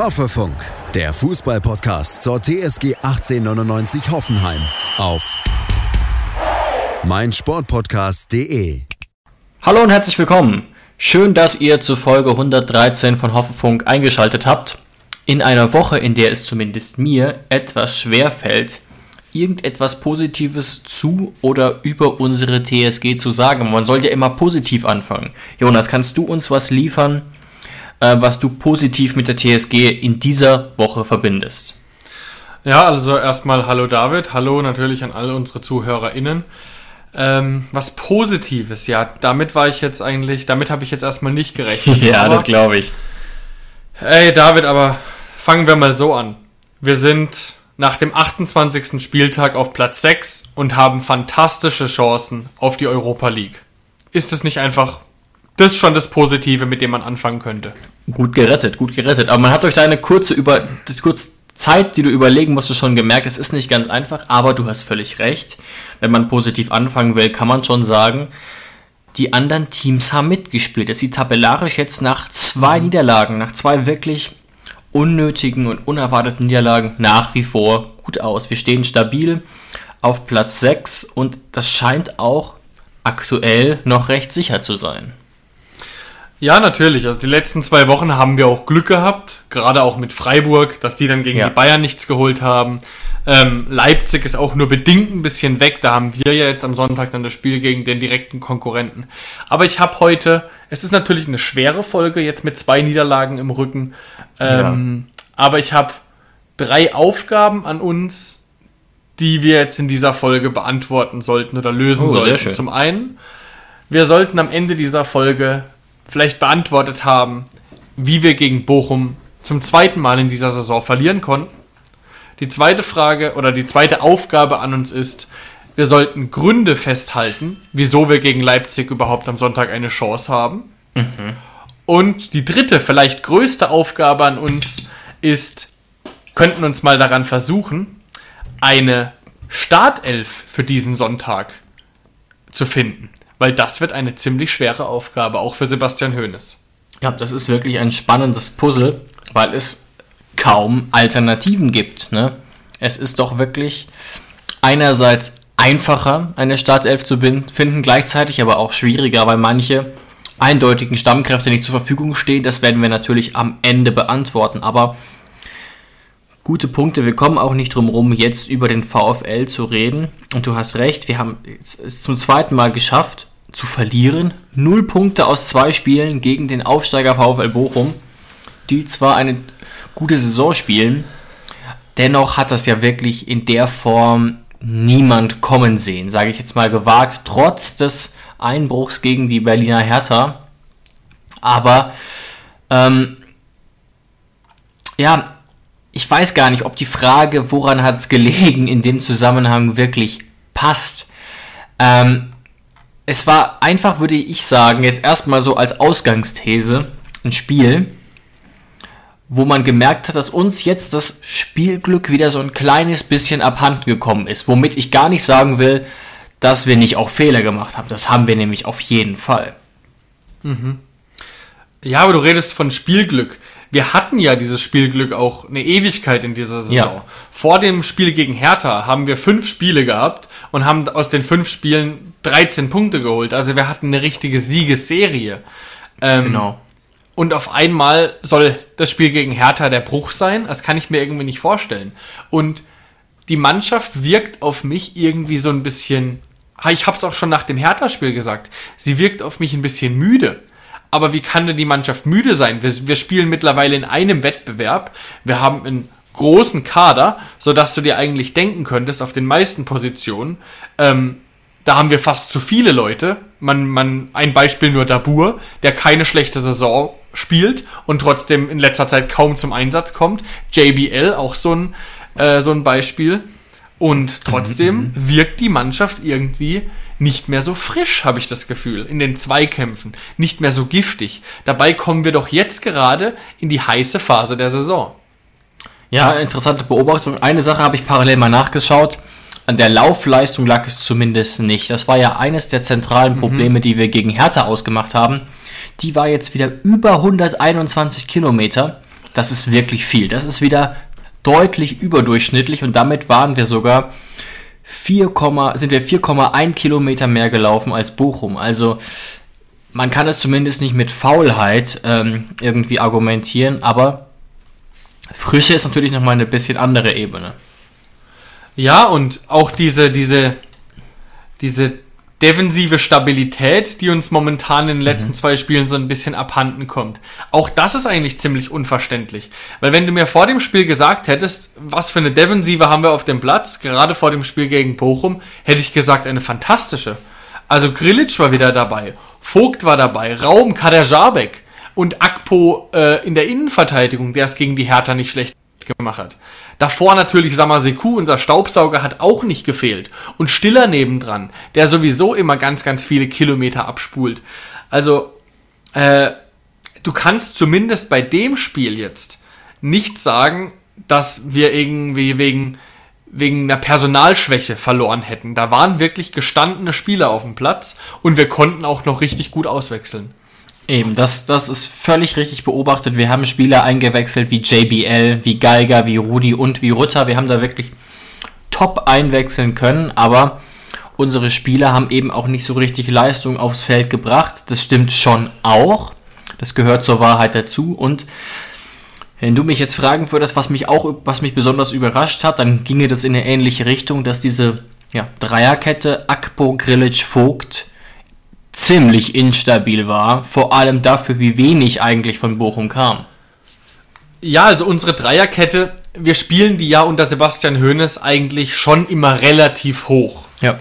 Hoffefunk, der Fußball-Podcast zur TSG 1899 Hoffenheim auf meinsportpodcast.de. Hallo und herzlich willkommen. Schön, dass ihr zur Folge 113 von Hoffefunk eingeschaltet habt. In einer Woche, in der es zumindest mir etwas schwer fällt, irgendetwas Positives zu oder über unsere TSG zu sagen. Man soll ja immer positiv anfangen. Jonas, kannst du uns was liefern, was du positiv mit der TSG in dieser Woche verbindest? Ja, also erstmal hallo David, hallo natürlich an alle unsere ZuhörerInnen. Was Positives, ja, damit habe ich jetzt erstmal nicht gerechnet. Ja, aber, das glaube ich. Ey David, aber fangen wir mal so an. Wir sind nach dem 28. Spieltag auf Platz 6 und haben fantastische Chancen auf die Europa League. Ist es nicht einfach das schon das Positive, mit dem man anfangen könnte? Gut gerettet. Aber man hat durch deine kurze Zeit, die du überlegen musstest, schon gemerkt, es ist nicht ganz einfach, aber du hast völlig recht. Wenn man positiv anfangen will, kann man schon sagen, die anderen Teams haben mitgespielt. Es sieht tabellarisch jetzt nach 2 Niederlagen, nach 2 wirklich unnötigen und unerwarteten Niederlagen nach wie vor gut aus. Wir stehen stabil auf Platz 6 und das scheint auch aktuell noch recht sicher zu sein. Ja, natürlich. Also die letzten 2 Wochen haben wir auch Glück gehabt, gerade auch mit Freiburg, dass die dann gegen die Bayern nichts geholt haben. Leipzig ist auch nur bedingt ein bisschen weg. Da haben wir ja jetzt am Sonntag dann das Spiel gegen den direkten Konkurrenten. Aber ich habe heute, es ist natürlich eine schwere Folge jetzt mit 2 Niederlagen im Rücken, aber ich habe 3 Aufgaben an uns, die wir jetzt in dieser Folge beantworten sollten oder lösen sollten. Sehr schön. Zum einen, wir sollten am Ende dieser Folge vielleicht beantwortet haben, wie wir gegen Bochum zum 2. Mal in dieser Saison verlieren konnten. Die zweite Frage oder die zweite Aufgabe an uns ist, wir sollten Gründe festhalten, wieso wir gegen Leipzig überhaupt am Sonntag eine Chance haben. Und die dritte, vielleicht größte Aufgabe an uns ist, könnten uns mal daran versuchen, eine Startelf für diesen Sonntag zu finden. Weil das wird eine ziemlich schwere Aufgabe, auch für Sebastian Hoeneß. Ja, das ist wirklich ein spannendes Puzzle, weil es kaum Alternativen gibt. Ne? Es ist doch wirklich einerseits einfacher, eine Startelf zu finden, gleichzeitig aber auch schwieriger, weil manche eindeutigen Stammkräfte nicht zur Verfügung stehen. Das werden wir natürlich am Ende beantworten, aber gute Punkte. Wir kommen auch nicht drum rum, jetzt über den VfL zu reden. Und du hast recht, wir haben es zum 2. Mal geschafft, zu verlieren. 0 Punkte aus 2 Spielen gegen den Aufsteiger VfL Bochum, die zwar eine gute Saison spielen, dennoch hat das ja wirklich in der Form niemand kommen sehen, sage ich jetzt mal gewagt, trotz des Einbruchs gegen die Berliner Hertha. Aber ich weiß gar nicht, ob die Frage, woran hat es gelegen, in dem Zusammenhang wirklich passt. Es war einfach, würde ich sagen, jetzt erstmal so als Ausgangsthese, ein Spiel, wo man gemerkt hat, dass uns jetzt das Spielglück wieder so ein kleines bisschen abhanden gekommen ist. Womit ich gar nicht sagen will, dass wir nicht auch Fehler gemacht haben. Das haben wir nämlich auf jeden Fall. Ja, aber du redest von Spielglück. Wir hatten ja dieses Spielglück auch eine Ewigkeit in dieser Saison. Ja. Vor dem Spiel gegen Hertha haben wir 5 Spiele gehabt und haben aus den 5 Spielen 13 Punkte geholt. Also wir hatten eine richtige Siegesserie. Genau. Und auf einmal soll das Spiel gegen Hertha der Bruch sein. Das kann ich mir irgendwie nicht vorstellen. Und die Mannschaft wirkt auf mich irgendwie so ein bisschen, ich habe es auch schon nach dem Hertha-Spiel gesagt, sie wirkt auf mich ein bisschen müde. Aber wie kann denn die Mannschaft müde sein? Wir spielen mittlerweile in einem Wettbewerb. Wir haben einen großen Kader, sodass du dir eigentlich denken könntest, auf den meisten Positionen, da haben wir fast zu viele Leute. Ein Beispiel nur Dabur, der keine schlechte Saison spielt und trotzdem in letzter Zeit kaum zum Einsatz kommt. JBL, auch so ein Beispiel. Und trotzdem wirkt die Mannschaft irgendwie nicht mehr so frisch, habe ich das Gefühl, in den Zweikämpfen, nicht mehr so giftig. Dabei kommen wir doch jetzt gerade in die heiße Phase der Saison. Ja, interessante Beobachtung. Eine Sache habe ich parallel mal nachgeschaut. An der Laufleistung lag es zumindest nicht. Das war ja eines der zentralen Probleme, die wir gegen Hertha ausgemacht haben. Die war jetzt wieder über 121 Kilometer. Das ist wirklich viel. Das ist wieder deutlich überdurchschnittlich und damit waren wir sogar 4,1 Kilometer mehr gelaufen als Bochum. Also man kann es zumindest nicht mit Faulheit irgendwie argumentieren, aber Frische ist natürlich nochmal eine bisschen andere Ebene. Ja, und auch diese defensive Stabilität, die uns momentan in den letzten 2 Spielen so ein bisschen abhanden kommt. Auch das ist eigentlich ziemlich unverständlich. Weil wenn du mir vor dem Spiel gesagt hättest, was für eine Defensive haben wir auf dem Platz, gerade vor dem Spiel gegen Bochum, hätte ich gesagt, eine fantastische. Also Grilic war wieder dabei, Vogt war dabei, Raum, Kader Jabek und Akpo in der Innenverteidigung, der es gegen die Hertha nicht schlecht gemacht hat. Davor natürlich Samaseku, unser Staubsauger, hat auch nicht gefehlt. Und Stiller nebendran, der sowieso immer ganz, ganz viele Kilometer abspult. Also, du kannst zumindest bei dem Spiel jetzt nicht sagen, dass wir irgendwie wegen einer Personalschwäche verloren hätten. Da waren wirklich gestandene Spieler auf dem Platz und wir konnten auch noch richtig gut auswechseln. Eben, das ist völlig richtig beobachtet. Wir haben Spieler eingewechselt wie JBL, wie Geiger, wie Rudi und wie Rutter. Wir haben da wirklich top einwechseln können, aber unsere Spieler haben eben auch nicht so richtig Leistung aufs Feld gebracht. Das stimmt schon auch. Das gehört zur Wahrheit dazu. Und wenn du mich jetzt fragen würdest, was mich besonders überrascht hat, dann ginge das in eine ähnliche Richtung, dass diese Dreierkette Akpo, Grilic, Vogt ziemlich instabil war, vor allem dafür, wie wenig eigentlich von Bochum kam. Ja, also unsere Dreierkette, wir spielen die ja unter Sebastian Hoeneß eigentlich schon immer relativ hoch. Ja.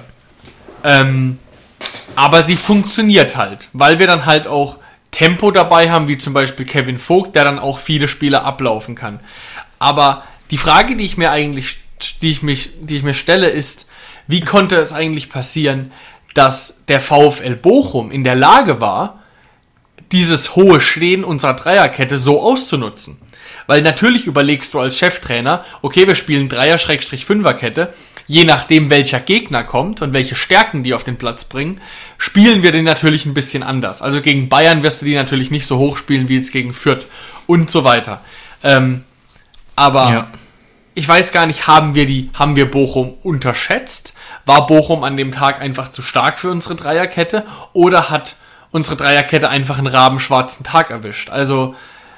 Aber sie funktioniert halt, weil wir dann halt auch Tempo dabei haben, wie zum Beispiel Kevin Vogt, der dann auch viele Spiele ablaufen kann. Aber die Frage, die ich mir stelle, ist, wie konnte es eigentlich passieren, dass der VfL Bochum in der Lage war, dieses hohe Stehen unserer Dreierkette so auszunutzen. Weil natürlich überlegst du als Cheftrainer, okay, wir spielen Dreier-Fünfer-Kette, je nachdem welcher Gegner kommt und welche Stärken die auf den Platz bringen, spielen wir den natürlich ein bisschen anders. Also gegen Bayern wirst du die natürlich nicht so hoch spielen wie jetzt gegen Fürth und so weiter. Aber ich weiß gar nicht, haben wir Bochum unterschätzt? War Bochum an dem Tag einfach zu stark für unsere Dreierkette? Oder hat unsere Dreierkette einfach einen rabenschwarzen Tag erwischt? Also,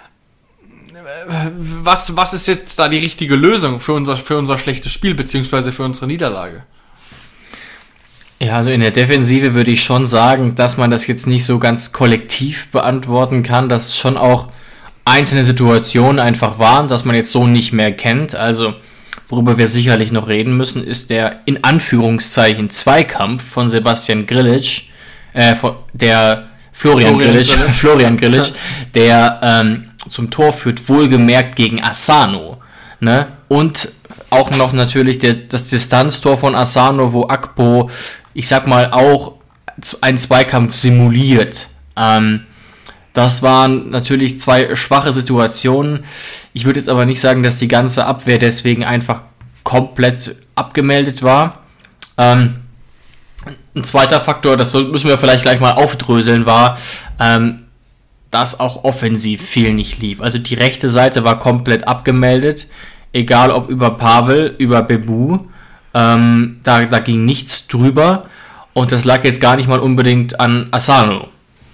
was ist jetzt da die richtige Lösung für unser schlechtes Spiel, beziehungsweise für unsere Niederlage? Ja, also in der Defensive würde ich schon sagen, dass man das jetzt nicht so ganz kollektiv beantworten kann, dass schon auch einzelne Situationen einfach waren, dass man jetzt so nicht mehr kennt. Also, worüber wir sicherlich noch reden müssen, ist der in Anführungszeichen Zweikampf von Sebastian Grilic, Florian Grilic, der zum Tor führt, wohlgemerkt gegen Asano. Ne? Und auch noch natürlich das Distanztor von Asano, wo Akpo, ich sag mal, auch einen Zweikampf simuliert. Das waren natürlich 2 schwache Situationen. Ich würde jetzt aber nicht sagen, dass die ganze Abwehr deswegen einfach komplett abgemeldet war. Ein zweiter Faktor, das müssen wir vielleicht gleich mal aufdröseln, war, dass auch offensiv viel nicht lief. Also die rechte Seite war komplett abgemeldet, egal ob über Pavel, über Bebu, da ging nichts drüber und das lag jetzt gar nicht mal unbedingt an Asano.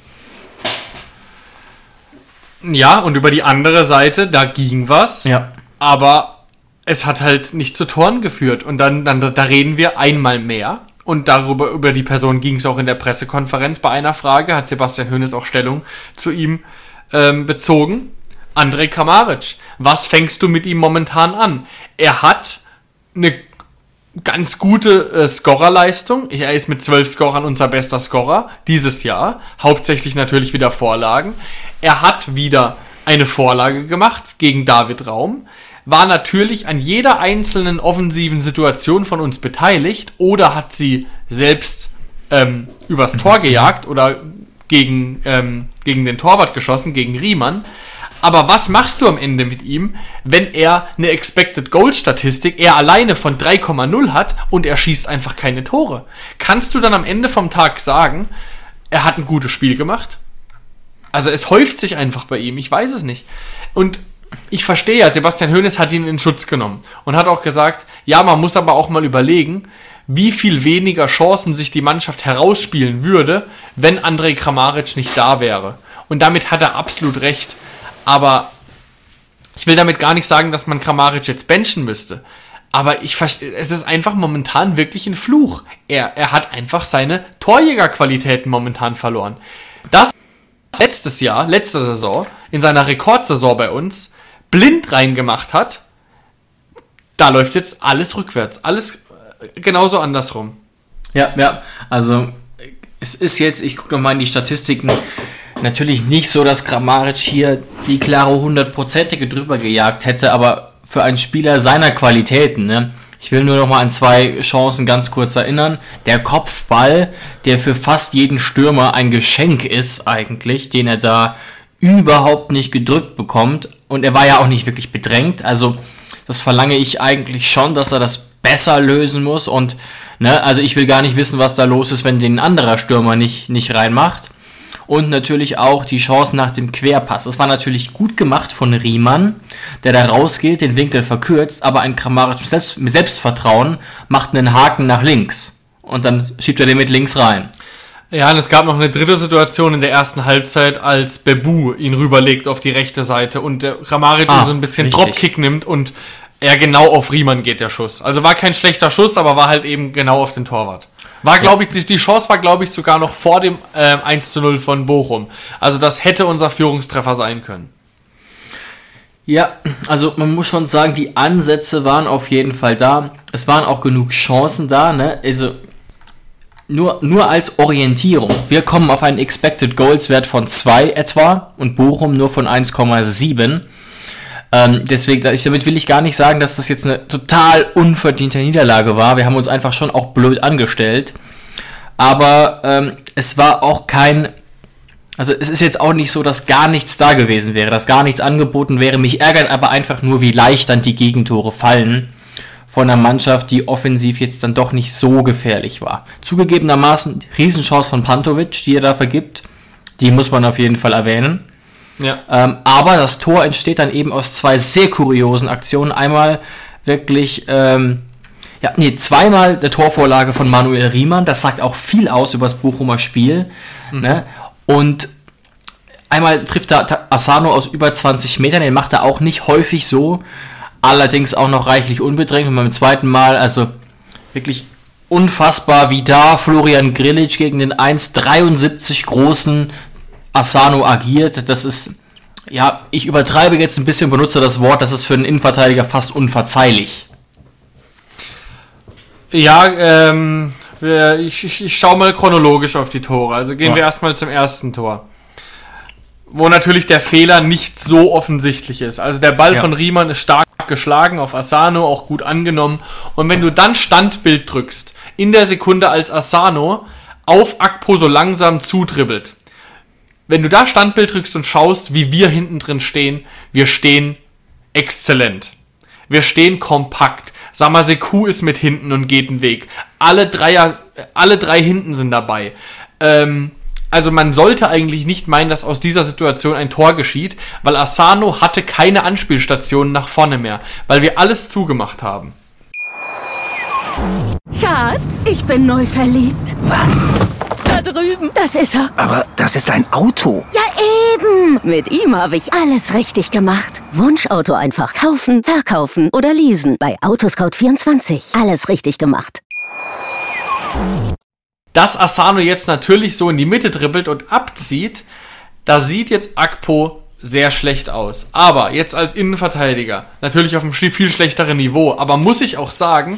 Ja, und über die andere Seite, da ging was, aber es hat halt nicht zu Toren geführt. Und dann da reden wir einmal mehr. Und über die Person ging es auch in der Pressekonferenz. Bei einer Frage hat Sebastian Hoeneß auch Stellung zu ihm bezogen. Andrej Kramaric, was fängst du mit ihm momentan an? Er hat eine ganz gute Scorerleistung. Er ist mit 12 Scorern unser bester Scorer dieses Jahr. Hauptsächlich natürlich wieder Vorlagen. Er hat wieder eine Vorlage gemacht gegen David Raum. War natürlich an jeder einzelnen offensiven Situation von uns beteiligt oder hat sie selbst übers Tor gejagt oder gegen den Torwart geschossen, gegen Riemann. Aber was machst du am Ende mit ihm, wenn er eine Expected Goal Statistik, er alleine von 3,0 hat und er schießt einfach keine Tore? Kannst du dann am Ende vom Tag sagen, er hat ein gutes Spiel gemacht? Also es häuft sich einfach bei ihm, ich weiß es nicht. Und ich verstehe ja, Sebastian Hoeneß hat ihn in Schutz genommen und hat auch gesagt, ja, man muss aber auch mal überlegen, wie viel weniger Chancen sich die Mannschaft herausspielen würde, wenn Andrej Kramaric nicht da wäre. Und damit hat er absolut recht. Aber ich will damit gar nicht sagen, dass man Kramaric jetzt benchen müsste. Aber es ist einfach momentan wirklich ein Fluch. Er hat einfach seine Torjägerqualitäten momentan verloren. Das letzte Saison, in seiner Rekordsaison bei uns, blind reingemacht hat, da läuft jetzt alles rückwärts. Alles genauso andersrum. Ja, also es ist jetzt, ich gucke nochmal in die Statistiken, natürlich nicht so, dass Kramaric hier die klare 100%ige drüber gejagt hätte, aber für einen Spieler seiner Qualitäten, ne? Ich will nur noch mal an 2 Chancen ganz kurz erinnern. Der Kopfball, der für fast jeden Stürmer ein Geschenk ist eigentlich, den er da überhaupt nicht gedrückt bekommt. Und er war ja auch nicht wirklich bedrängt. Also das verlange ich eigentlich schon, dass er das besser lösen muss. Und also ich will gar nicht wissen, was da los ist, wenn den ein anderer Stürmer nicht reinmacht. Und natürlich auch die Chance nach dem Querpass. Das war natürlich gut gemacht von Riemann, der da rausgeht, den Winkel verkürzt, aber ein Kramaric mit Selbstvertrauen macht einen Haken nach links. Und dann schiebt er den mit links rein. Ja, und es gab noch eine dritte Situation in der ersten Halbzeit, als Bebu ihn rüberlegt auf die rechte Seite und der Kramaric so ein bisschen richtig Dropkick nimmt und er genau auf Riemann geht, der Schuss. Also war kein schlechter Schuss, aber war halt eben genau auf den Torwart. War, glaube ich, die Chance war, glaube ich, sogar noch vor dem 1:0 von Bochum. Also das hätte unser Führungstreffer sein können. Ja, also man muss schon sagen, die Ansätze waren auf jeden Fall da. Es waren auch genug Chancen da, ne? Also nur als Orientierung. Wir kommen auf einen Expected Goals Wert von 2 etwa und Bochum nur von 1,7. Deswegen, damit will ich gar nicht sagen, dass das jetzt eine total unverdiente Niederlage war. Wir haben uns einfach schon auch blöd angestellt. Aber es war auch also es ist jetzt auch nicht so, dass gar nichts da gewesen wäre, dass gar nichts angeboten wäre. Mich ärgert aber einfach nur, wie leicht dann die Gegentore fallen von einer Mannschaft, die offensiv jetzt dann doch nicht so gefährlich war. Zugegebenermaßen, Riesenchance von Pantovic, die er da vergibt, die muss man auf jeden Fall erwähnen. Ja. Aber das Tor entsteht dann eben aus 2 sehr kuriosen Aktionen. Einmal wirklich, zweimal der Torvorlage von Manuel Riemann. Das sagt auch viel aus über das Bochumer Spiel. Ne? Und einmal trifft da Asano aus über 20 Metern. Den macht er auch nicht häufig so. Allerdings auch noch reichlich unbedrängt. Und beim zweiten Mal, also wirklich unfassbar, wie da Florian Grillitsch gegen den 1,73 großen Asano agiert. Das ist, ich übertreibe jetzt ein bisschen, benutze das Wort, das ist für einen Innenverteidiger fast unverzeihlich. Ja, ich schaue mal chronologisch auf die Tore. Also gehen wir erstmal zum ersten Tor, wo natürlich der Fehler nicht so offensichtlich ist. Also der Ball von Riemann ist stark geschlagen auf Asano, auch gut angenommen. Und wenn du dann Standbild drückst, in der Sekunde, als Asano auf Akpo so langsam zudribbelt, wenn du da Standbild drückst und schaust, wie wir hinten drin stehen, wir stehen exzellent. Wir stehen kompakt. Samaseku ist mit hinten und geht den Weg. Alle drei hinten sind dabei. Also man sollte eigentlich nicht meinen, dass aus dieser Situation ein Tor geschieht, weil Asano hatte keine Anspielstationen nach vorne mehr, weil wir alles zugemacht haben. Schatz, ich bin neu verliebt. Was? Da drüben. Das ist er. Aber das ist ein Auto. Ja, eben. Mit ihm habe ich alles richtig gemacht. Wunschauto einfach kaufen, verkaufen oder leasen. Bei Autoscout24. Alles richtig gemacht. Dass Asano jetzt natürlich so in die Mitte dribbelt und abzieht, da sieht jetzt Akpo sehr schlecht aus. Aber jetzt als Innenverteidiger, natürlich auf einem viel schlechteren Niveau, aber muss ich auch sagen,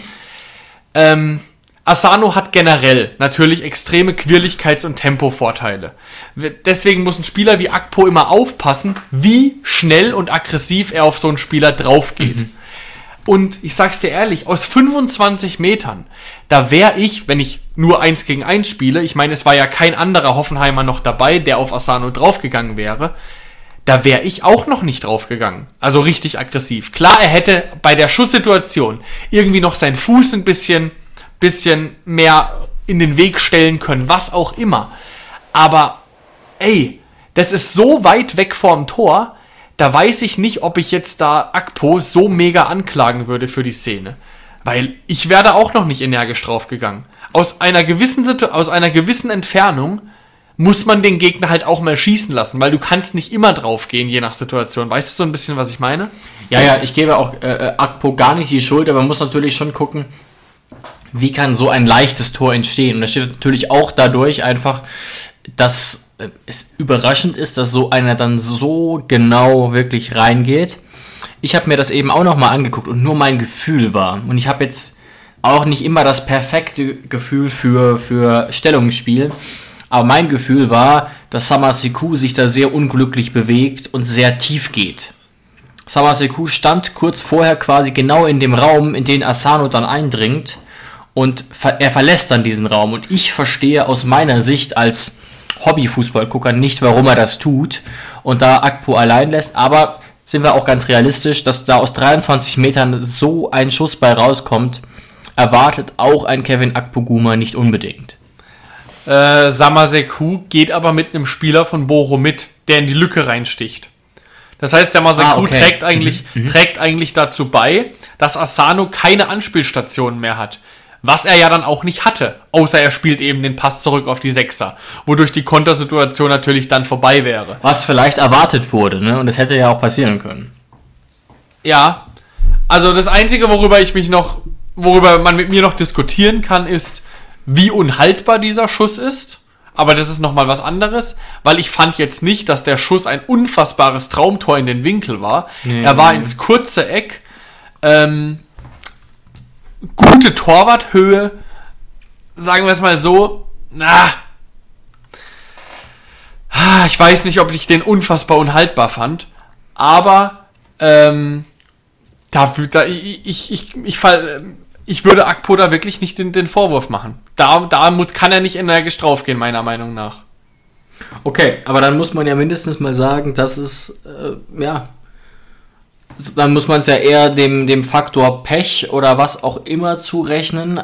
Asano hat generell natürlich extreme Quirligkeits- und Tempovorteile. Deswegen muss ein Spieler wie Akpo immer aufpassen, wie schnell und aggressiv er auf so einen Spieler drauf geht. Und ich sag's dir ehrlich, aus 25 Metern, da wäre ich, wenn ich nur 1 gegen 1 spiele, ich meine, es war ja kein anderer Hoffenheimer noch dabei, der auf Asano draufgegangen wäre, da wäre ich auch noch nicht draufgegangen. Also richtig aggressiv. Klar, er hätte bei der Schusssituation irgendwie noch seinen Fuß ein bisschen mehr in den Weg stellen können, was auch immer. Aber, das ist so weit weg vorm Tor, da weiß ich nicht, ob ich jetzt da Akpo so mega anklagen würde für die Szene. Weil ich wäre auch noch nicht energisch draufgegangen. Aus einer gewissen Entfernung muss man den Gegner halt auch mal schießen lassen, weil du kannst nicht immer drauf gehen, je nach Situation. Weißt du so ein bisschen, was ich meine? Ja, ich gebe auch Akpo gar nicht die Schuld, aber man muss natürlich schon gucken, wie kann so ein leichtes Tor entstehen. Und das steht natürlich auch dadurch einfach, dass es überraschend ist, dass so einer dann so genau wirklich reingeht. Ich habe mir das eben auch nochmal angeguckt und nur mein Gefühl war. Und ich habe jetzt auch nicht immer das perfekte Gefühl für Stellungsspiel. Aber mein Gefühl war, dass Sama Sekou sich da sehr unglücklich bewegt und sehr tief geht. Sama Sekou stand kurz vorher quasi genau in dem Raum, in den Asano dann eindringt. Und er verlässt dann diesen Raum. Und ich verstehe aus meiner Sicht als Hobbyfußballgucker nicht, warum er das tut und da Akpo allein lässt. Aber sind wir auch ganz realistisch, dass da aus 23 Metern so ein Schuss bei rauskommt, erwartet auch ein Kevin Akpoguma nicht unbedingt. Sama Sekou geht aber mit einem Spieler von Bochum mit, der in die Lücke reinsticht. Das heißt, der Sekou trägt eigentlich dazu bei, dass Asano keine Anspielstationen mehr hat. Was er ja dann auch nicht hatte, außer er spielt eben den Pass zurück auf die Sechser, wodurch die Kontersituation natürlich dann vorbei wäre. Was vielleicht erwartet wurde, ne? Und das hätte ja auch passieren können. Ja, also das Einzige, worüber man mit mir noch diskutieren kann, ist, wie unhaltbar dieser Schuss ist. Aber das ist nochmal was anderes, weil ich fand jetzt nicht, dass der Schuss ein unfassbares Traumtor in den Winkel war. Nee. Er war ins kurze Eck, gute Torwarthöhe, sagen wir es mal so. Ich weiß nicht, ob ich den unfassbar unhaltbar fand, aber ich würde Akpo da wirklich nicht den Vorwurf machen. Da kann er nicht energisch draufgehen, meiner Meinung nach. Okay, aber dann muss man ja mindestens mal sagen, dass es, dann muss man es ja eher dem Faktor Pech oder was auch immer zurechnen.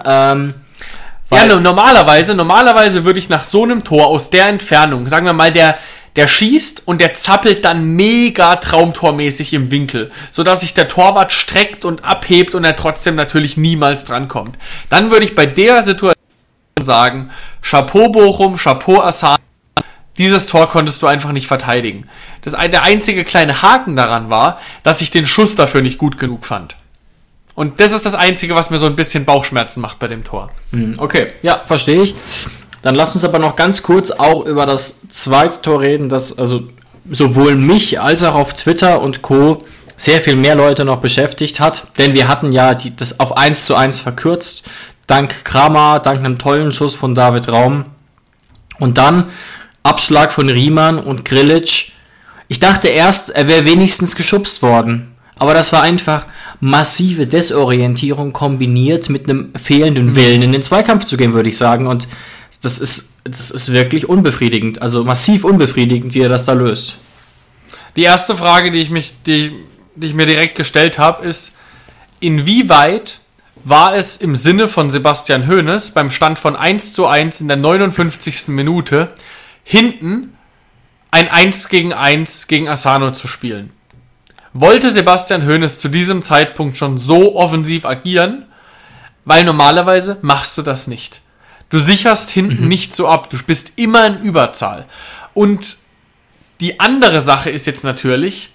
Normalerweise würde ich nach so einem Tor aus der Entfernung, sagen wir mal, der schießt und der zappelt dann mega traumtormäßig im Winkel, sodass sich der Torwart streckt und abhebt und er trotzdem natürlich niemals drankommt. Dann würde ich bei der Situation sagen, Chapeau Bochum, Chapeau Asano, dieses Tor konntest du einfach nicht verteidigen. Der einzige kleine Haken daran war, dass ich den Schuss dafür nicht gut genug fand. Und das ist das Einzige, was mir so ein bisschen Bauchschmerzen macht bei dem Tor. Okay, ja, verstehe ich. Dann lass uns aber noch ganz kurz auch über das zweite Tor reden, das also sowohl mich als auch auf Twitter und Co. sehr viel mehr Leute noch beschäftigt hat. Denn wir hatten ja das auf 1:1 verkürzt, dank Kramer, dank einem tollen Schuss von David Raum. Und dann Abschlag von Riemann und Grilic. Ich dachte erst, er wäre wenigstens geschubst worden. Aber das war einfach massive Desorientierung kombiniert mit einem fehlenden Willen in den Zweikampf zu gehen, würde ich sagen. Und das ist wirklich unbefriedigend, also massiv unbefriedigend, wie er das da löst. Die erste Frage, die ich mir direkt gestellt habe, ist, inwieweit war es im Sinne von Sebastian Hoeneß beim Stand von 1:1 in der 59. Minute hinten ein 1-gegen-1 gegen Asano zu spielen? Wollte Sebastian Hoeneß zu diesem Zeitpunkt schon so offensiv agieren? Weil normalerweise machst du das nicht. Du sicherst hinten nicht so ab. Du bist immer in Überzahl. Und die andere Sache ist jetzt natürlich,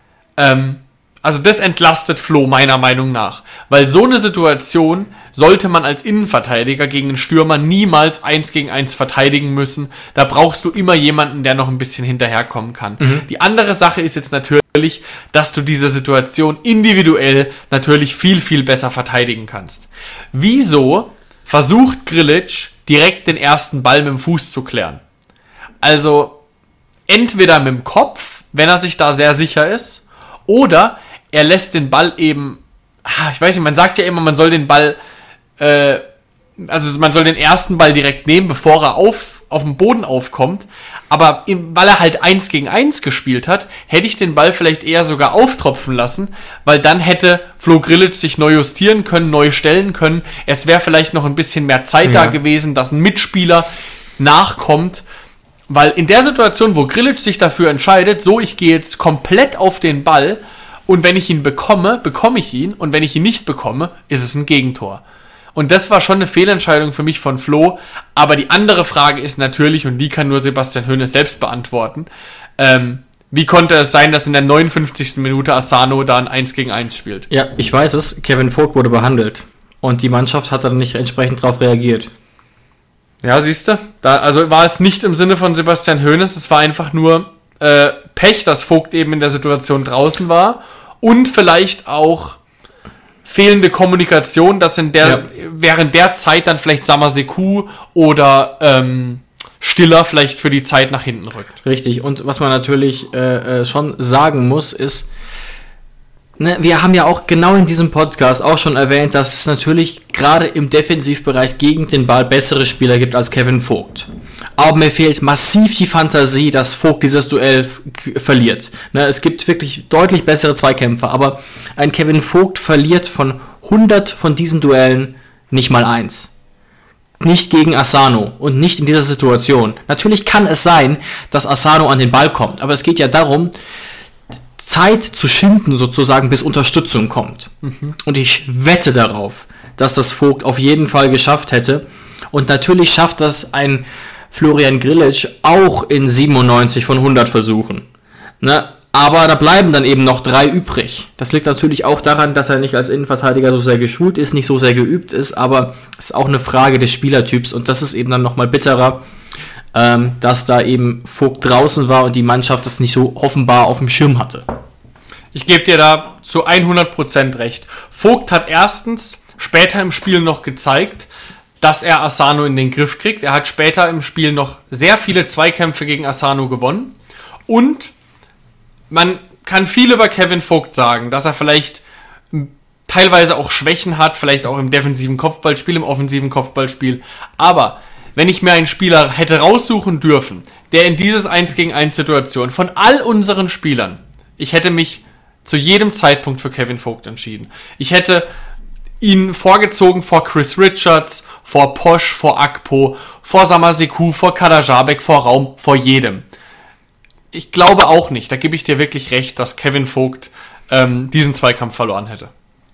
also das entlastet Flo meiner Meinung nach. Weil so eine Situation sollte man als Innenverteidiger gegen einen Stürmer niemals 1-gegen-1 verteidigen müssen. Da brauchst du immer jemanden, der noch ein bisschen hinterherkommen kann. Die andere Sache ist jetzt natürlich, dass du diese Situation individuell natürlich viel, viel besser verteidigen kannst. Wieso versucht Grilic direkt den ersten Ball mit dem Fuß zu klären? Also entweder mit dem Kopf, wenn er sich da sehr sicher ist, oder er lässt den Ball eben, ich weiß nicht, man sagt ja immer, man soll den Ball, man soll den ersten Ball direkt nehmen, bevor er auf dem Boden aufkommt. Aber weil er halt 1-gegen-1 gespielt hat, hätte ich den Ball vielleicht eher sogar auftropfen lassen, weil dann hätte Flo Grilic sich neu justieren können, neu stellen können. Es wäre vielleicht noch ein bisschen mehr Zeit da gewesen, dass ein Mitspieler nachkommt, Weil in der Situation, wo Grilic sich dafür entscheidet, so, ich gehe jetzt komplett auf den Ball und wenn ich ihn bekomme, bekomme ich ihn und wenn ich ihn nicht bekomme, ist es ein Gegentor. Und das war schon eine Fehlentscheidung für mich von Flo, aber die andere Frage ist natürlich, und die kann nur Sebastian Hoeneß selbst beantworten, wie konnte es sein, dass in der 59. Minute Asano da ein 1-gegen-1 spielt? Ja, ich weiß es, Kevin Vogt wurde behandelt und die Mannschaft hat dann nicht entsprechend darauf reagiert. Ja, siehst du, also war es nicht im Sinne von Sebastian Hoeneß, es war einfach nur Pech, dass Vogt eben in der Situation draußen war und vielleicht auch fehlende Kommunikation, dass während der Zeit dann vielleicht Samaseku oder Stiller vielleicht für die Zeit nach hinten rückt. Richtig, und was man natürlich schon sagen muss, ist, ne, wir haben ja auch genau in diesem Podcast auch schon erwähnt, dass es natürlich gerade im Defensivbereich gegen den Ball bessere Spieler gibt als Kevin Vogt. Aber mir fehlt massiv die Fantasie, dass Vogt dieses Duell verliert. Ne, es gibt wirklich deutlich bessere Zweikämpfer, aber ein Kevin Vogt verliert von 100 von diesen Duellen nicht mal 1. Nicht gegen Asano und nicht in dieser Situation. Natürlich kann es sein, dass Asano an den Ball kommt, aber es geht ja darum, Zeit zu schinden sozusagen, bis Unterstützung kommt. Und ich wette darauf, dass das Vogt auf jeden Fall geschafft hätte. Und natürlich schafft das ein Florian Grilic auch in 97 von 100 Versuchen. Ne? Aber da bleiben dann eben noch 3 übrig. Das liegt natürlich auch daran, dass er nicht als Innenverteidiger so sehr geschult ist, nicht so sehr geübt ist, aber es ist auch eine Frage des Spielertyps und das ist eben dann nochmal bitterer, dass da eben Vogt draußen war und die Mannschaft das nicht so offenbar auf dem Schirm hatte. Ich gebe dir da zu 100% recht. Vogt hat erstens später im Spiel noch gezeigt, dass er Asano in den Griff kriegt. Er hat später im Spiel noch sehr viele Zweikämpfe gegen Asano gewonnen und man kann viel über Kevin Vogt sagen, dass er vielleicht teilweise auch Schwächen hat, vielleicht auch im defensiven Kopfballspiel, im offensiven Kopfballspiel. Aber wenn ich mir einen Spieler hätte raussuchen dürfen, der in dieses 1-gegen-1-Situation von all unseren Spielern, ich hätte mich zu jedem Zeitpunkt für Kevin Vogt entschieden. Ich hätte ihn vorgezogen vor Chris Richards, vor Posch, vor Akpo, vor Samaseku, vor Kadajabek, vor Raum, vor jedem. Ich glaube auch nicht, da gebe ich dir wirklich recht, dass Kevin Vogt diesen Zweikampf verloren hätte.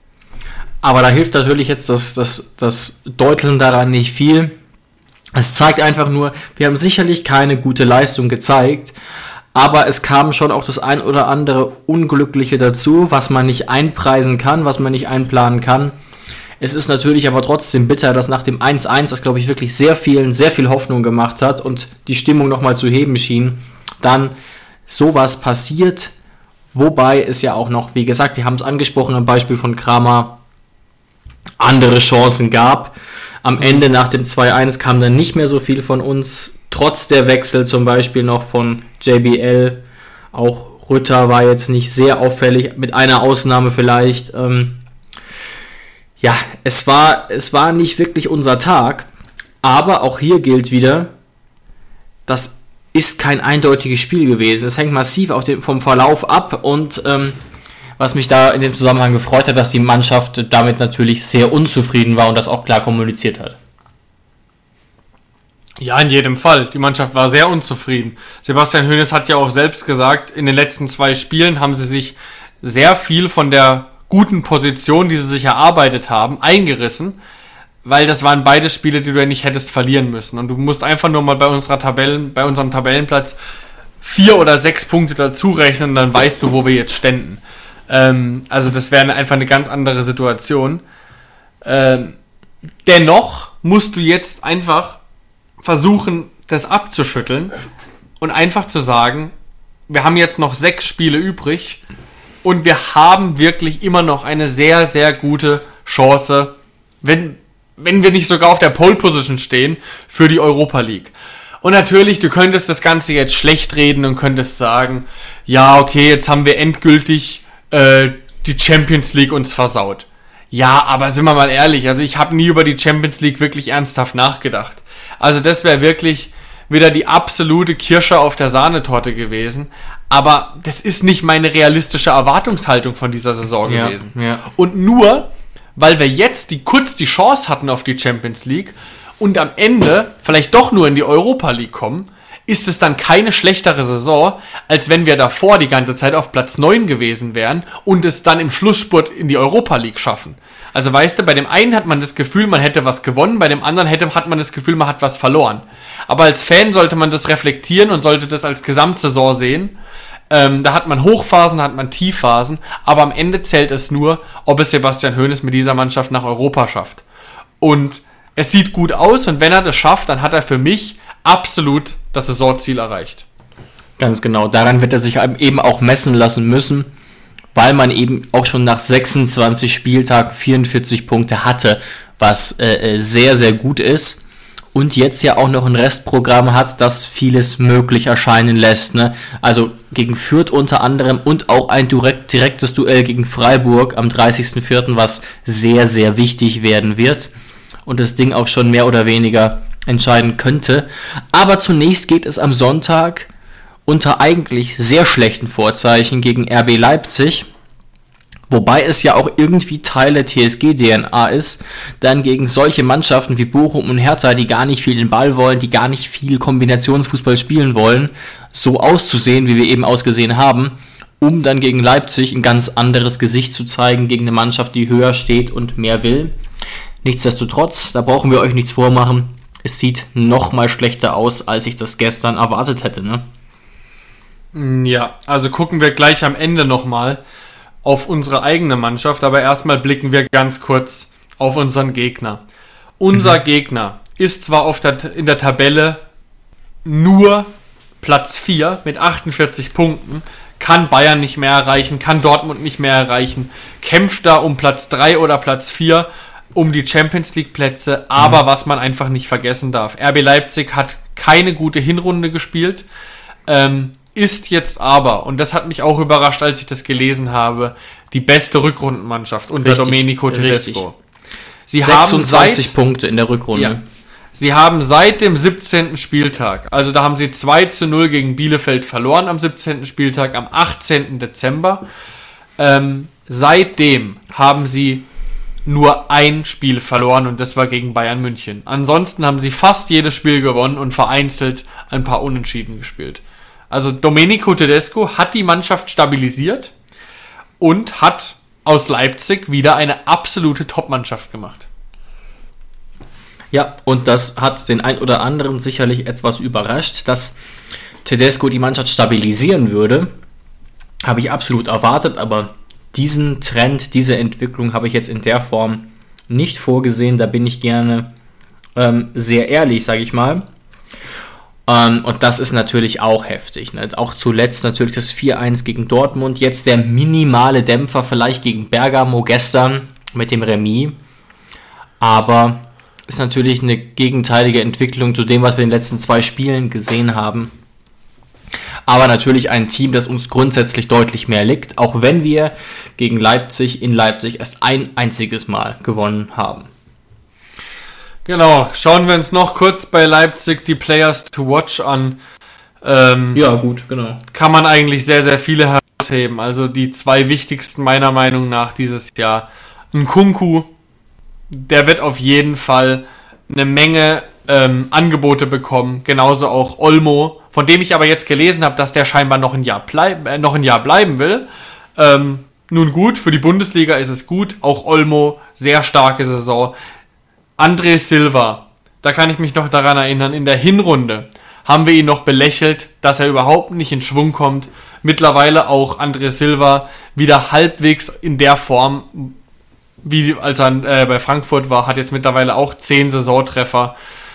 Aber da hilft natürlich jetzt das Deuteln daran nicht viel. Es zeigt einfach nur, wir haben sicherlich keine gute Leistung gezeigt, aber es kam schon auch das ein oder andere Unglückliche dazu, was man nicht einpreisen kann, was man nicht einplanen kann. Es ist natürlich aber trotzdem bitter, dass nach dem 1-1, das glaube ich wirklich sehr viel Hoffnung gemacht hat und die Stimmung nochmal zu heben schien, dann sowas passiert, wobei es ja auch noch, wie gesagt, wir haben es angesprochen am Beispiel von Kramer, andere Chancen gab. Am Ende nach dem 2-1 kam dann nicht mehr so viel von uns, trotz der Wechsel zum Beispiel noch von JBL, auch Rütter war jetzt nicht sehr auffällig, mit einer Ausnahme vielleicht. Ja, es war nicht wirklich unser Tag, aber auch hier gilt wieder, das ist kein eindeutiges Spiel gewesen. Es hängt massiv vom Verlauf ab und was mich da in dem Zusammenhang gefreut hat, dass die Mannschaft damit natürlich sehr unzufrieden war und das auch klar kommuniziert hat. Ja, in jedem Fall. Die Mannschaft war sehr unzufrieden. Sebastian Hoeneß hat ja auch selbst gesagt, in den letzten 2 Spielen haben sie sich sehr viel von der guten Position, die sie sich erarbeitet haben, eingerissen, weil das waren beide Spiele, die du ja nicht hättest verlieren müssen. Und du musst einfach nur mal bei unserem Tabellenplatz 4 oder 6 Punkte dazu rechnen, dann weißt du, wo wir jetzt ständen. Also das wäre einfach eine ganz andere Situation. Dennoch musst du jetzt einfach versuchen, das abzuschütteln und einfach zu sagen, wir haben jetzt noch 6 Spiele übrig und wir haben wirklich immer noch eine sehr, sehr gute Chance, wenn wir nicht sogar auf der Pole Position stehen, für die Europa League. Und natürlich, du könntest das Ganze jetzt schlecht reden und könntest sagen, ja, okay, jetzt haben wir endgültig die Champions League uns versaut. Ja, aber sind wir mal ehrlich, also ich habe nie über die Champions League wirklich ernsthaft nachgedacht. Also das wäre wirklich wieder die absolute Kirsche auf der Sahnetorte gewesen. Aber das ist nicht meine realistische Erwartungshaltung von dieser Saison gewesen. Ja. Und nur, weil wir jetzt kurz die Chance hatten auf die Champions League und am Ende vielleicht doch nur in die Europa League kommen, ist es dann keine schlechtere Saison, als wenn wir davor die ganze Zeit auf Platz 9 gewesen wären und es dann im Schlussspurt in die Europa League schaffen. Also weißt du, bei dem einen hat man das Gefühl, man hätte was gewonnen, bei dem anderen hat man das Gefühl, man hat was verloren. Aber als Fan sollte man das reflektieren und sollte das als Gesamtsaison sehen. Da hat man Hochphasen, da hat man Tiefphasen, aber am Ende zählt es nur, ob es Sebastian Hoeneß mit dieser Mannschaft nach Europa schafft. Und es sieht gut aus und wenn er das schafft, dann hat er für mich absolut das Saisonziel erreicht. Ganz genau, daran wird er sich eben auch messen lassen müssen, weil man eben auch schon nach 26 Spieltagen 44 Punkte hatte, was sehr, sehr gut ist. Und jetzt ja auch noch ein Restprogramm hat, das vieles möglich erscheinen lässt. Ne? Also gegen Fürth unter anderem und auch ein direktes Duell gegen Freiburg am 30.04., was sehr, sehr wichtig werden wird. Und das Ding auch schon mehr oder weniger entscheiden könnte. Aber zunächst geht es am Sonntag unter eigentlich sehr schlechten Vorzeichen gegen RB Leipzig. Wobei es ja auch irgendwie Teil der TSG-DNA ist, dann gegen solche Mannschaften wie Bochum und Hertha, die gar nicht viel den Ball wollen, die gar nicht viel Kombinationsfußball spielen wollen, so auszusehen, wie wir eben ausgesehen haben, um dann gegen Leipzig ein ganz anderes Gesicht zu zeigen, gegen eine Mannschaft, die höher steht und mehr will. Nichtsdestotrotz, da brauchen wir euch nichts vormachen, es sieht noch mal schlechter aus, als ich das gestern erwartet hätte, ne? Ja, also gucken wir gleich am Ende nochmal auf unsere eigene Mannschaft, aber erstmal blicken wir ganz kurz auf unseren Gegner. Unser Gegner ist zwar in der Tabelle nur Platz 4 mit 48 Punkten, kann Bayern nicht mehr erreichen, kann Dortmund nicht mehr erreichen, kämpft da um Platz 3 oder Platz 4 um die Champions League Plätze, aber was man einfach nicht vergessen darf, RB Leipzig hat keine gute Hinrunde gespielt, ist jetzt aber, und das hat mich auch überrascht, als ich das gelesen habe, die beste Rückrundenmannschaft unter Domenico Tedesco. Sie 26 Punkte in der Rückrunde. Ja, sie haben seit dem 17. Spieltag, also da haben sie 2-0 gegen Bielefeld verloren am 17. Spieltag, am 18. Dezember. Seitdem haben sie nur ein Spiel verloren und das war gegen Bayern München. Ansonsten haben sie fast jedes Spiel gewonnen und vereinzelt ein paar Unentschieden gespielt. Also Domenico Tedesco hat die Mannschaft stabilisiert und hat aus Leipzig wieder eine absolute Top-Mannschaft gemacht. Ja, und das hat den ein oder anderen sicherlich etwas überrascht, dass Tedesco die Mannschaft stabilisieren würde. Habe ich absolut erwartet, aber diesen Trend, diese Entwicklung habe ich jetzt in der Form nicht vorgesehen. Da bin ich gerne sehr ehrlich, sage ich mal. Und das ist natürlich auch heftig. Ne? Auch zuletzt natürlich das 4-1 gegen Dortmund. Jetzt der minimale Dämpfer vielleicht gegen Bergamo gestern mit dem Remis. Aber ist natürlich eine gegenteilige Entwicklung zu dem, was wir in den letzten 2 Spielen gesehen haben. Aber natürlich ein Team, das uns grundsätzlich deutlich mehr liegt, auch wenn wir gegen Leipzig in Leipzig erst ein einziges Mal gewonnen haben. Genau, schauen wir uns noch kurz bei Leipzig die Players to Watch an. Ja, gut, genau. Kann man eigentlich sehr, sehr viele herausheben. Also die 2 wichtigsten meiner Meinung nach dieses Jahr. Nkunku, der wird auf jeden Fall eine Menge Angebote bekommen. Genauso auch Olmo, von dem ich aber jetzt gelesen habe, dass der scheinbar noch ein Jahr bleiben will. Nun gut, für die Bundesliga ist es gut. Auch Olmo, sehr starke Saison. André Silva, da kann ich mich noch daran erinnern, in der Hinrunde haben wir ihn noch belächelt, dass er überhaupt nicht in Schwung kommt. Mittlerweile auch André Silva wieder halbwegs in der Form, wie als er bei Frankfurt war, hat jetzt mittlerweile auch 10 Saisontreffer.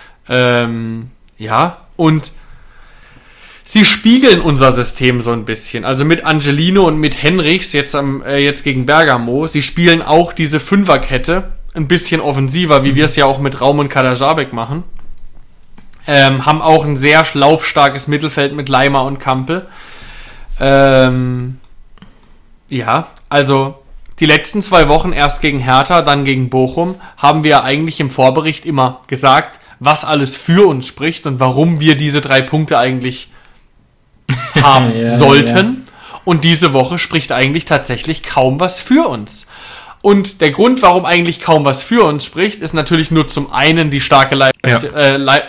Ja, und sie spiegeln unser System so ein bisschen. Also mit Angelino und mit Henrichs jetzt gegen Bergamo. Sie spielen auch diese Fünferkette ein bisschen offensiver, wie wir es ja auch mit Raum und Kadajabek machen. Haben auch ein sehr laufstarkes Mittelfeld mit Leimer und Kampel. Ja, also die letzten 2 Wochen, erst gegen Hertha, dann gegen Bochum, haben wir eigentlich im Vorbericht immer gesagt, was alles für uns spricht und warum wir diese 3 Punkte eigentlich haben sollten. Ja. Und diese Woche spricht eigentlich tatsächlich kaum was für uns. Und der Grund, warum eigentlich kaum was für uns spricht, ist natürlich nur zum einen die starke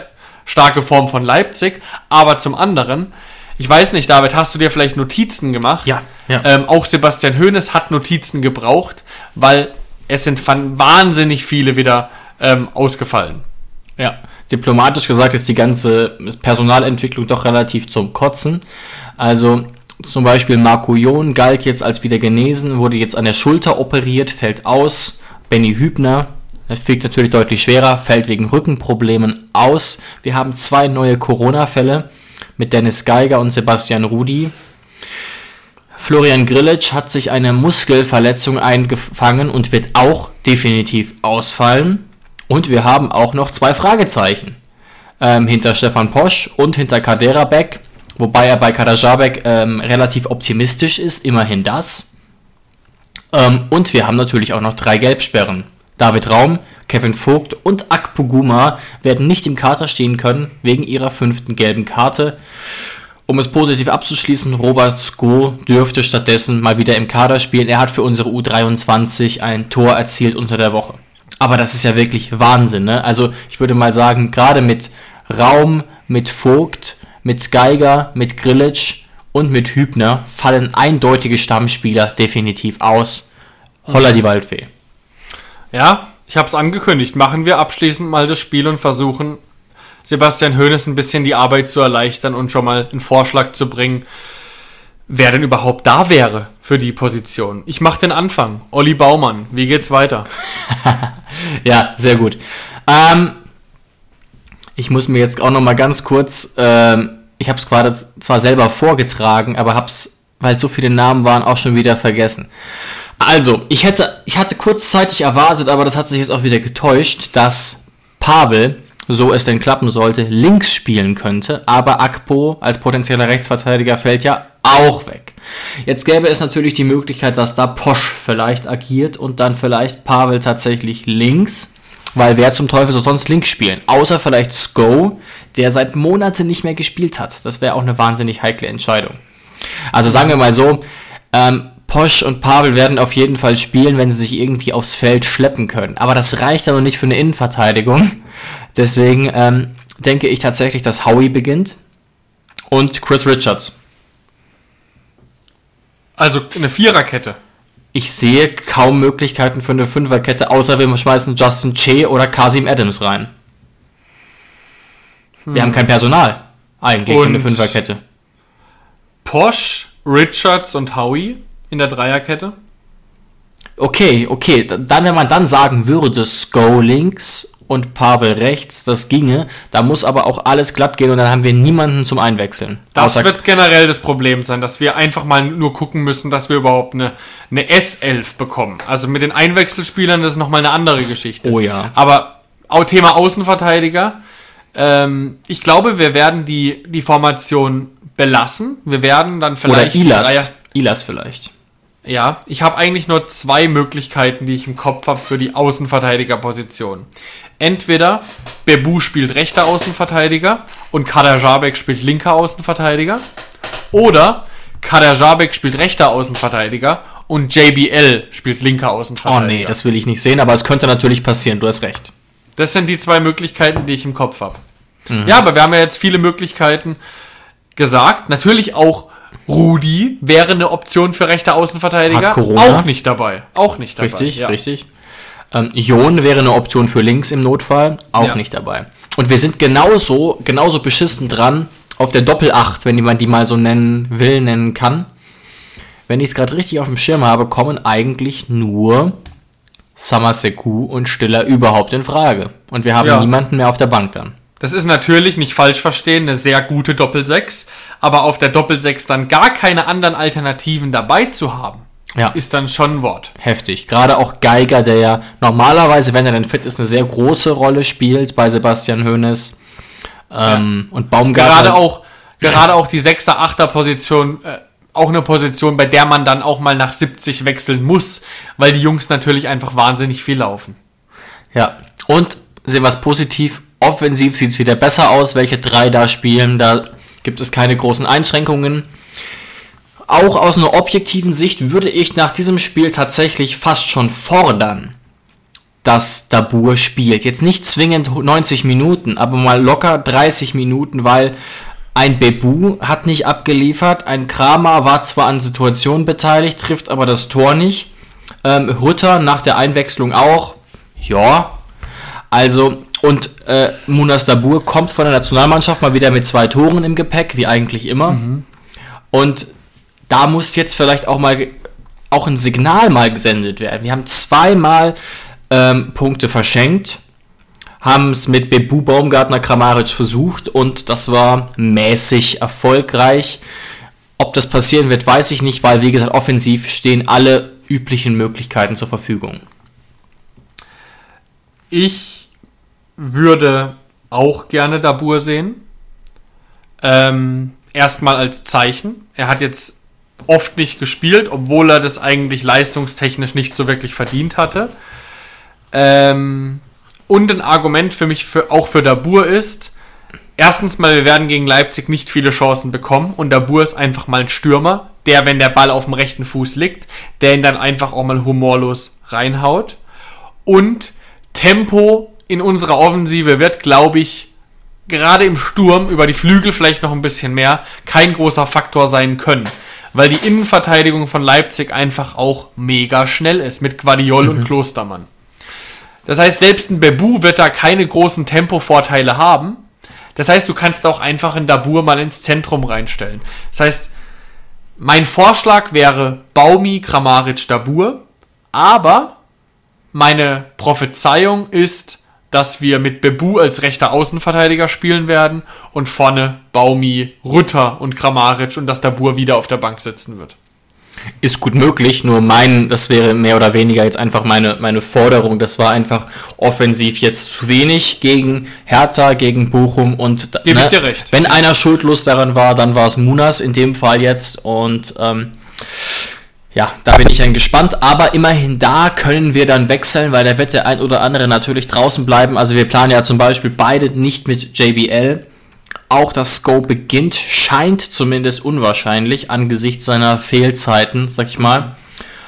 starke Form von Leipzig. Aber zum anderen, ich weiß nicht, David, hast du dir vielleicht Notizen gemacht? Ja. Auch Sebastian Hoeneß hat Notizen gebraucht, weil es sind wahnsinnig viele wieder ausgefallen. Ja, diplomatisch gesagt ist die ganze Personalentwicklung doch relativ zum Kotzen. Also zum Beispiel Marco Jon galt jetzt als wieder genesen, wurde jetzt an der Schulter operiert, fällt aus. Benny Hübner, das wiegt natürlich deutlich schwerer, fällt wegen Rückenproblemen aus. Wir haben 2 neue Corona-Fälle mit Dennis Geiger und Sebastian Rudi. Florian Grillitsch hat sich eine Muskelverletzung eingefangen und wird auch definitiv ausfallen. Und wir haben auch noch 2 Fragezeichen hinter Stefan Posch und hinter Kaderabek, wobei er bei Kaderabek relativ optimistisch ist, immerhin das. Und wir haben natürlich auch noch 3 Gelbsperren. David Raum, Kevin Vogt und Akpoguma werden nicht im Kader stehen können, wegen ihrer 5. gelben Karte. Um es positiv abzuschließen, Robert Sko dürfte stattdessen mal wieder im Kader spielen. Er hat für unsere U23 ein Tor erzielt unter der Woche. Aber das ist ja wirklich Wahnsinn, ne? Also ich würde mal sagen, gerade mit Raum, mit Vogt, mit Geiger, mit Grillitsch und mit Hübner fallen eindeutige Stammspieler definitiv aus. Holla die Waldfee. Ja, ich habe es angekündigt. Machen wir abschließend mal das Spiel und versuchen, Sebastian Hoeneß ein bisschen die Arbeit zu erleichtern und schon mal einen Vorschlag zu bringen, wer denn überhaupt da wäre für die Position. Ich mache den Anfang. Olli Baumann, wie geht's weiter? Ja, sehr gut. Ich muss mir jetzt auch noch mal ganz kurz, ich habe es gerade zwar selber vorgetragen, aber habe es, weil so viele Namen waren, auch schon wieder vergessen. Also, ich hatte kurzzeitig erwartet, aber das hat sich jetzt auch wieder getäuscht, dass Pavel, so es denn klappen sollte, links spielen könnte, aber Akpo als potenzieller Rechtsverteidiger fällt ja auch weg. Jetzt gäbe es natürlich die Möglichkeit, dass da Posch vielleicht agiert und dann vielleicht Pavel tatsächlich links, weil wer zum Teufel soll sonst links spielen? Außer vielleicht Sko, der seit Monaten nicht mehr gespielt hat. Das wäre auch eine wahnsinnig heikle Entscheidung. Also sagen wir mal so, Posch und Pavel werden auf jeden Fall spielen, wenn sie sich irgendwie aufs Feld schleppen können. Aber das reicht aber nicht für eine Innenverteidigung. Deswegen denke ich tatsächlich, dass Howie beginnt und Chris Richards. Also eine Viererkette. Ich sehe kaum Möglichkeiten für eine Fünferkette, außer wir schmeißen Justin Che oder Kasim Adams rein. Wir haben kein Personal eigentlich für eine Fünferkette. Posch, Richards und Howie in der Dreierkette. Okay. Dann, wenn man dann sagen würde, Sko links und Pavel rechts, das ginge. Da muss aber auch alles glatt gehen und dann haben wir niemanden zum Einwechseln. Das wird generell das Problem sein, dass wir einfach mal nur gucken müssen, dass wir überhaupt eine S11 bekommen. Also mit den Einwechselspielern, das ist nochmal eine andere Geschichte. Oh ja. Aber auch Thema Außenverteidiger. Ich glaube, wir werden die Formation belassen. Wir werden dann vielleicht... Oder Ilas vielleicht. Ja, ich habe eigentlich nur 2 Möglichkeiten, die ich im Kopf habe für die Außenverteidigerposition. Entweder Bebu spielt rechter Außenverteidiger und Kaderabek spielt linker Außenverteidiger. Oder Kaderabek spielt rechter Außenverteidiger und JBL spielt linker Außenverteidiger. Oh nee, das will ich nicht sehen, aber es könnte natürlich passieren, du hast recht. Das sind die 2 Möglichkeiten, die ich im Kopf habe. Mhm. Ja, aber wir haben ja jetzt viele Möglichkeiten gesagt. Natürlich auch Rudi wäre eine Option für rechte Außenverteidiger. Hat Corona. Auch nicht dabei. Richtig, ja. richtig. Jon wäre eine Option für links im Notfall. Auch nicht dabei. Und wir sind genauso beschissen dran auf der Doppel-8, wenn man die mal so nennen kann. Wenn ich es gerade richtig auf dem Schirm habe, kommen eigentlich nur Samaseku und Stiller überhaupt in Frage. Und wir haben niemanden mehr auf der Bank dann. Das ist natürlich, nicht falsch verstehen, eine sehr gute Doppel-6, aber auf der Doppel-6 dann gar keine anderen Alternativen dabei zu haben, ist dann schon ein Wort. Heftig. Gerade auch Geiger, der ja normalerweise, wenn er denn fit ist, eine sehr große Rolle spielt bei Sebastian Hoeneß. Und Baumgartner. Gerade auch die 6er, 8er Position, auch eine Position, bei der man dann auch mal nach 70 wechseln muss, weil die Jungs natürlich einfach wahnsinnig viel laufen. Ja, und sehen wir es positiv, offensiv sieht es wieder besser aus, welche 3 da spielen, da gibt es keine großen Einschränkungen. Auch aus einer objektiven Sicht würde ich nach diesem Spiel tatsächlich fast schon fordern, dass Dabur spielt. Jetzt nicht zwingend 90 Minuten, aber mal locker 30 Minuten, weil ein Bebu hat nicht abgeliefert, ein Kramer war zwar an Situationen beteiligt, trifft aber das Tor nicht. Rütter nach der Einwechslung auch. Ja, also, und Munas Dabur kommt von der Nationalmannschaft mal wieder mit 2 Toren im Gepäck, wie eigentlich immer. Und da muss jetzt vielleicht auch ein Signal mal gesendet werden. Wir haben 2-mal Punkte verschenkt, haben es mit Bebu, Baumgartner, Kramaric versucht und das war mäßig erfolgreich. Ob das passieren wird, weiß ich nicht, weil, wie gesagt, offensiv stehen alle üblichen Möglichkeiten zur Verfügung. Ich würde auch gerne Dabur sehen. Erstmal als Zeichen. Er hat jetzt oft nicht gespielt, obwohl er das eigentlich leistungstechnisch nicht so wirklich verdient hatte. Und ein Argument für mich auch für Dabur ist, erstens mal, wir werden gegen Leipzig nicht viele Chancen bekommen und Dabur ist einfach mal ein Stürmer, der, wenn der Ball auf dem rechten Fuß liegt, der ihn dann einfach auch mal humorlos reinhaut. Und Tempo in unserer Offensive wird, glaube ich, gerade im Sturm, über die Flügel vielleicht noch ein bisschen mehr, kein großer Faktor sein können. Weil die Innenverteidigung von Leipzig einfach auch mega schnell ist, mit Gvardiol und Klostermann. Das heißt, selbst ein Bebu wird da keine großen Tempovorteile haben. Das heißt, du kannst auch einfach einen Dabur mal ins Zentrum reinstellen. Das heißt, mein Vorschlag wäre Baumi, Kramaric, Dabur. Aber meine Prophezeiung ist, dass wir mit Bebu als rechter Außenverteidiger spielen werden und vorne Baumi, Rütter und Kramaric und dass Dabur wieder auf der Bank sitzen wird. Ist gut möglich, nur das wäre mehr oder weniger jetzt einfach meine Forderung. Das war einfach offensiv jetzt zu wenig gegen Hertha, gegen Bochum und Gebe ich dir recht. Wenn einer schuldlos daran war, dann war es Munas in dem Fall jetzt und ja, da bin ich dann gespannt, aber immerhin da können wir dann wechseln, weil da wird der ein oder andere natürlich draußen bleiben. Also wir planen ja zum Beispiel beide nicht mit JBL. Auch das Sko beginnt, scheint zumindest unwahrscheinlich angesichts seiner Fehlzeiten, sag ich mal.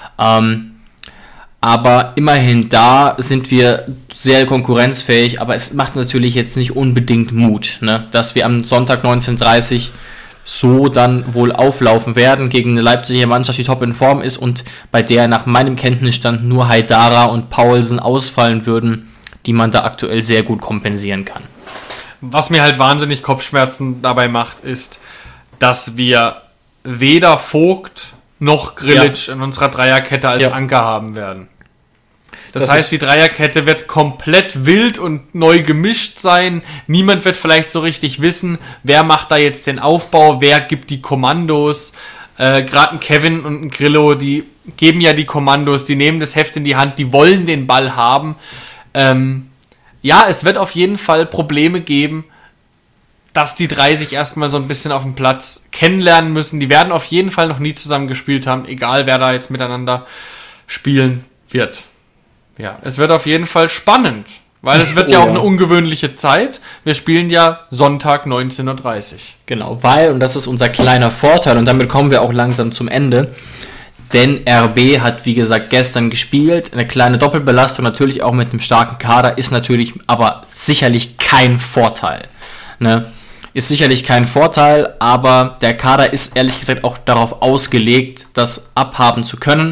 Aber immerhin da sind wir sehr konkurrenzfähig, aber es macht natürlich jetzt nicht unbedingt Mut, ne? Dass wir am Sonntag 19:30 so dann wohl auflaufen werden gegen eine Leipziger Mannschaft, die top in Form ist und bei der nach meinem Kenntnisstand nur Haidara und Paulsen ausfallen würden, die man da aktuell sehr gut kompensieren kann. Was mir halt wahnsinnig Kopfschmerzen dabei macht, ist, dass wir weder Vogt noch Grilic in unserer Dreierkette als Anker haben werden. Das heißt, die Dreierkette wird komplett wild und neu gemischt sein. Niemand wird vielleicht so richtig wissen, wer macht da jetzt den Aufbau, wer gibt die Kommandos. Gerade ein Kevin und ein Grillo, die geben ja die Kommandos, die nehmen das Heft in die Hand, die wollen den Ball haben. Ja, es wird auf jeden Fall Probleme geben, dass die drei sich erstmal so ein bisschen auf dem Platz kennenlernen müssen. Die werden auf jeden Fall noch nie zusammen gespielt haben, egal wer da jetzt miteinander spielen wird. Ja, es wird auf jeden Fall spannend, weil es wird ja auch eine ungewöhnliche Zeit. Wir spielen ja Sonntag 19:30 Uhr. Genau, weil, und das ist unser kleiner Vorteil, und damit kommen wir auch langsam zum Ende, denn RB hat, wie gesagt, gestern gespielt, eine kleine Doppelbelastung, natürlich auch mit einem starken Kader, ist natürlich aber sicherlich kein Vorteil. Ne? Ist sicherlich kein Vorteil, aber der Kader ist ehrlich gesagt auch darauf ausgelegt, das abhaben zu können.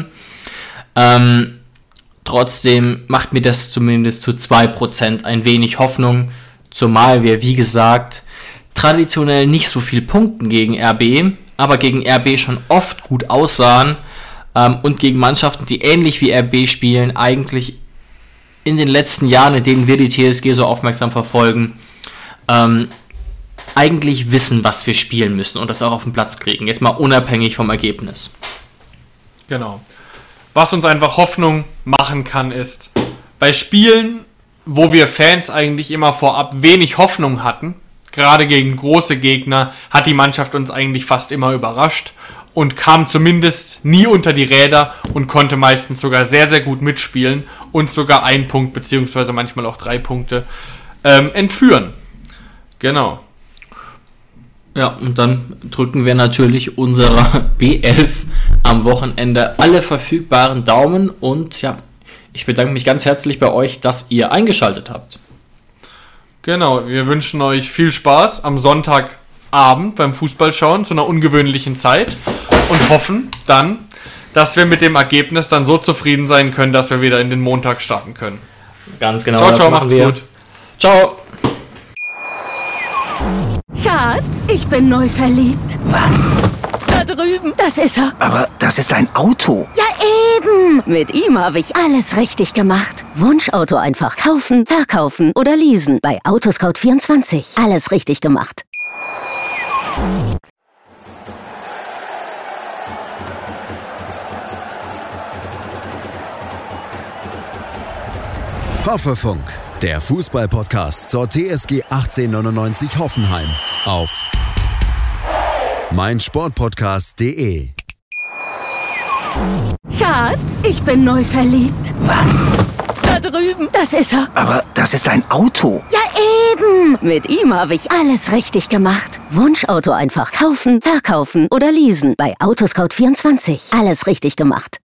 Trotzdem macht mir das zumindest zu 2% ein wenig Hoffnung, zumal wir, wie gesagt, traditionell nicht so viel punkten gegen RB, aber gegen RB schon oft gut aussahen und gegen Mannschaften, die ähnlich wie RB spielen, eigentlich in den letzten Jahren, in denen wir die TSG so aufmerksam verfolgen, eigentlich wissen, was wir spielen müssen und das auch auf den Platz kriegen. Jetzt mal unabhängig vom Ergebnis. Genau. Was uns einfach Hoffnung machen kann, ist, bei Spielen, wo wir Fans eigentlich immer vorab wenig Hoffnung hatten, gerade gegen große Gegner, hat die Mannschaft uns eigentlich fast immer überrascht und kam zumindest nie unter die Räder und konnte meistens sogar sehr, sehr gut mitspielen und sogar 1 Punkt beziehungsweise manchmal auch 3 Punkte entführen. Genau. Ja, und dann drücken wir natürlich unserer B11 am Wochenende alle verfügbaren Daumen und ja, Ich bedanke mich ganz herzlich bei euch, dass ihr eingeschaltet habt. Genau, wir wünschen euch viel Spaß am Sonntagabend beim Fußballschauen zu einer ungewöhnlichen Zeit und hoffen dann, dass wir mit dem Ergebnis dann so zufrieden sein können, dass wir wieder in den Montag starten können. Ganz genau. Ciao, ciao, macht's gut. Ciao. Schatz, ich bin neu verliebt. Was? Da drüben. Das ist er. Aber das ist ein Auto. Ja, eben. Mit ihm habe ich alles richtig gemacht. Wunschauto einfach kaufen, verkaufen oder leasen. Bei Autoscout24. Alles richtig gemacht. Hoffefunk, der Fußball-Podcast zur TSG 1899 Hoffenheim auf meinsportpodcast.de. Schatz, ich bin neu verliebt. Was? Da drüben. Das ist er. Aber das ist ein Auto. Ja, eben. Mit ihm habe ich alles richtig gemacht. Wunschauto einfach kaufen, verkaufen oder leasen. Bei Autoscout24. Alles richtig gemacht.